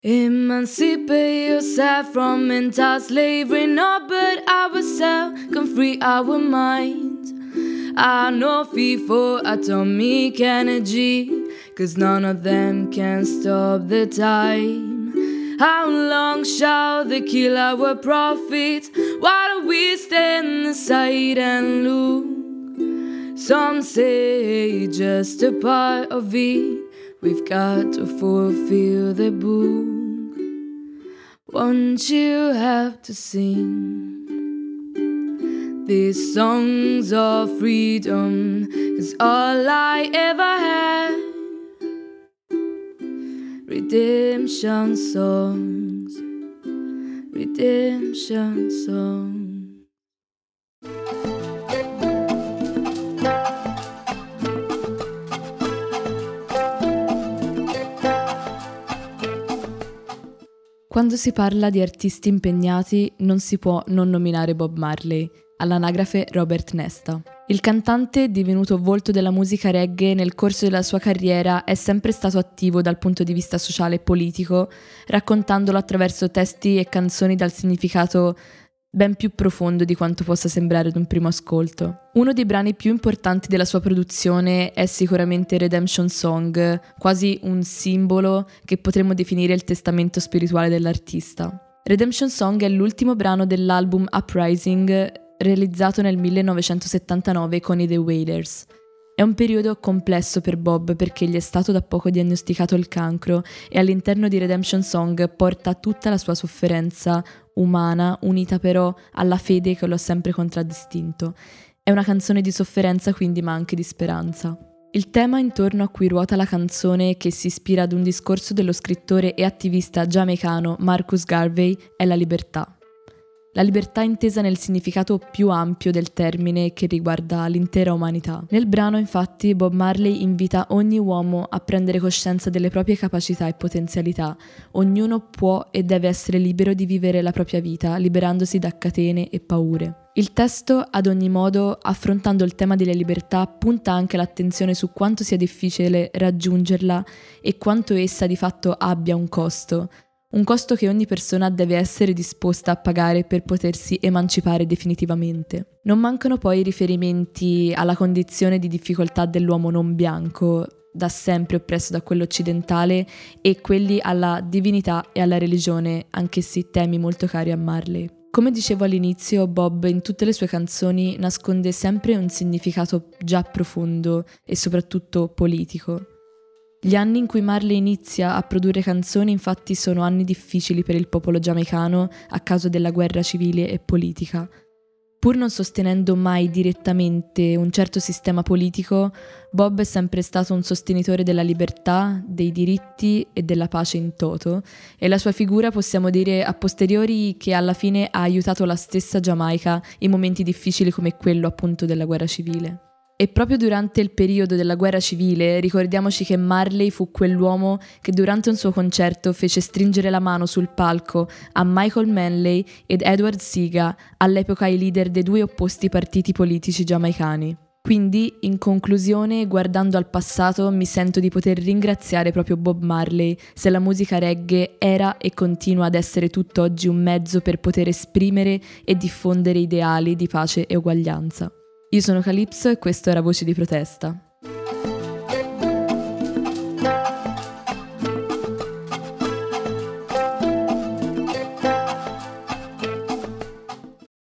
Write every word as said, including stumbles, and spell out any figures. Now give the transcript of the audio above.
Emancipate yourself from mental slavery, no, but ourselves can free our minds. I no fee for atomic energy, cause none of them can stop the time. How long shall they kill our prophets while we stand aside and look? Some say just a part of it, we've got to fulfill the book. Won't you have to sing these songs of freedom? 'Cause all I ever had, redemption songs, redemption songs. Quando si parla di artisti impegnati non si può non nominare Bob Marley, all'anagrafe Robert Nesta. Il cantante, divenuto volto della musica reggae, nel corso della sua carriera è sempre stato attivo dal punto di vista sociale e politico, raccontandolo attraverso testi e canzoni dal significato ben più profondo di quanto possa sembrare ad un primo ascolto. Uno dei brani più importanti della sua produzione è sicuramente Redemption Song, quasi un simbolo che potremmo definire il testamento spirituale dell'artista. Redemption Song è l'ultimo brano dell'album Uprising, realizzato nel millenovecentosettantanove con i The Wailers. È un periodo complesso per Bob perché gli è stato da poco diagnosticato il cancro e all'interno di Redemption Song porta tutta la sua sofferenza umana, unita però alla fede che lo ha sempre contraddistinto. È una canzone di sofferenza quindi, ma anche di speranza. Il tema intorno a cui ruota la canzone, che si ispira ad un discorso dello scrittore e attivista giamaicano Marcus Garvey, è la libertà. La libertà intesa nel significato più ampio del termine che riguarda l'intera umanità. Nel brano, infatti, Bob Marley invita ogni uomo a prendere coscienza delle proprie capacità e potenzialità. Ognuno può e deve essere libero di vivere la propria vita, liberandosi da catene e paure. Il testo, ad ogni modo, affrontando il tema della libertà, punta anche l'attenzione su quanto sia difficile raggiungerla e quanto essa di fatto abbia un costo. Un costo che ogni persona deve essere disposta a pagare per potersi emancipare definitivamente. Non mancano poi riferimenti alla condizione di difficoltà dell'uomo non bianco, da sempre oppresso da quello occidentale, e quelli alla divinità e alla religione, anch'essi temi molto cari a Marley. Come dicevo all'inizio, Bob in tutte le sue canzoni nasconde sempre un significato già profondo e soprattutto politico. Gli anni in cui Marley inizia a produrre canzoni infatti sono anni difficili per il popolo giamaicano a causa della guerra civile e politica. Pur non sostenendo mai direttamente un certo sistema politico, Bob è sempre stato un sostenitore della libertà, dei diritti e della pace in toto, e la sua figura possiamo dire a posteriori che alla fine ha aiutato la stessa Giamaica in momenti difficili come quello appunto della guerra civile. E proprio durante il periodo della guerra civile ricordiamoci che Marley fu quell'uomo che durante un suo concerto fece stringere la mano sul palco a Michael Manley ed Edward Seaga, all'epoca i leader dei due opposti partiti politici giamaicani. Quindi, in conclusione, guardando al passato, mi sento di poter ringraziare proprio Bob Marley se la musica reggae era e continua ad essere tutt'oggi un mezzo per poter esprimere e diffondere ideali di pace e uguaglianza. Io sono Calypso e questo era Voci di Protesta.